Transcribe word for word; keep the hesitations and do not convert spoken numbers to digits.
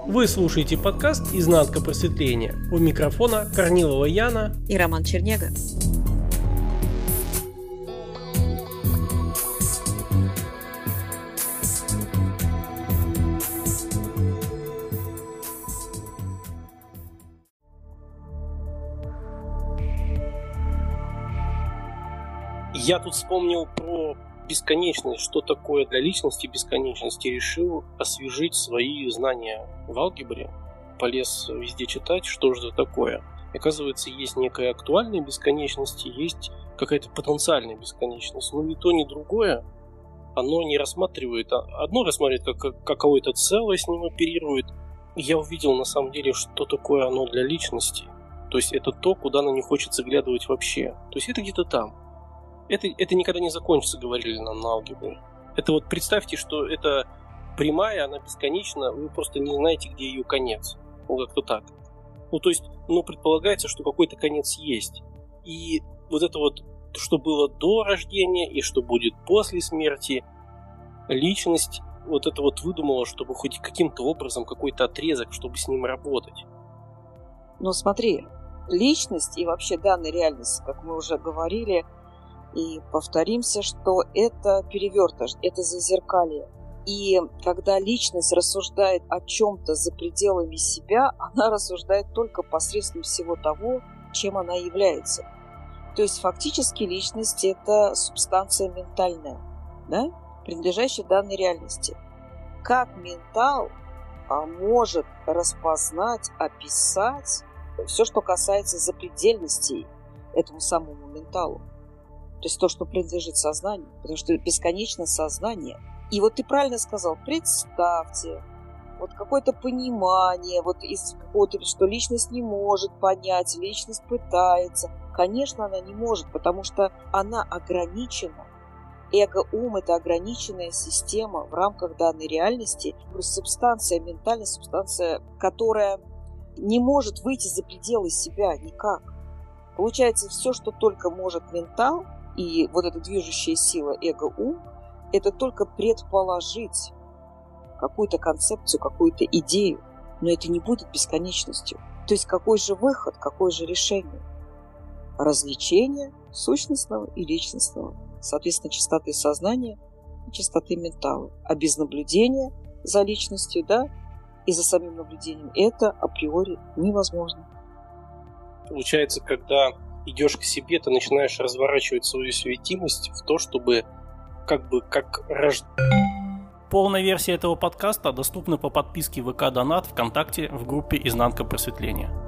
Вы слушаете подкаст «Изнанка просветления». У микрофона Корнилова Яна и Роман Чернега. Я тут вспомнил про бесконечность, что такое для личности бесконечность, и решил освежить свои знания в алгебре. Полез везде читать, что же это такое. И оказывается, есть некая актуальная бесконечность, и есть какая-то потенциальная бесконечность. Но ни то, ни другое оно не рассматривает. Одно рассматривает, как какое-то целое с ним оперирует. И я увидел на самом деле, что такое оно для личности. То есть это то, куда она не хочет заглядывать вообще. То есть это где-то там. Это, это никогда не закончится, говорили нам на алгебре. Это вот представьте, что это прямая, она бесконечна, вы просто не знаете, где ее конец. Ну, как-то так. Ну, то есть, ну, предполагается, что какой-то конец есть. И вот это вот, что было до рождения и что будет после смерти, личность вот это вот выдумала, чтобы хоть каким-то образом какой-то отрезок, чтобы с ним работать. Но смотри, личность и вообще данная реальность, как мы уже говорили, и повторимся, что это перевертыш, это зазеркалье. И когда личность рассуждает о чем-то за пределами себя, она рассуждает только посредством всего того, чем она является. То есть фактически личность – это субстанция ментальная, да, принадлежащая данной реальности. Как ментал может распознать, описать все, что касается запредельностей этому самому менталу? То есть то, что принадлежит сознанию, потому что бесконечно сознание. И вот ты правильно сказал, представьте, вот какое-то понимание, вот из какого-то, что личность не может понять, личность пытается. Конечно, она не может, потому что она ограничена. Эго-ум – это ограниченная система в рамках данной реальности. Субстанция, ментальная субстанция, которая не может выйти за пределы себя никак. Получается, все, что только может ментал, и вот эта движущая сила эго-ум, это только предположить какую-то концепцию, какую-то идею, но это не будет бесконечностью. То есть какой же выход, какое же решение? Развлечение сущностного и личностного, соответственно, чистоты сознания и чистоты ментала. А без наблюдения за личностью, да, и за самим наблюдением это априори невозможно. Получается, когда идешь к себе, ты начинаешь разворачивать свою светимость в то, чтобы как бы как рождать. Полная версия этого подкаста доступна по подписке ВК Донат ВКонтакте в группе «Изнанка просветления».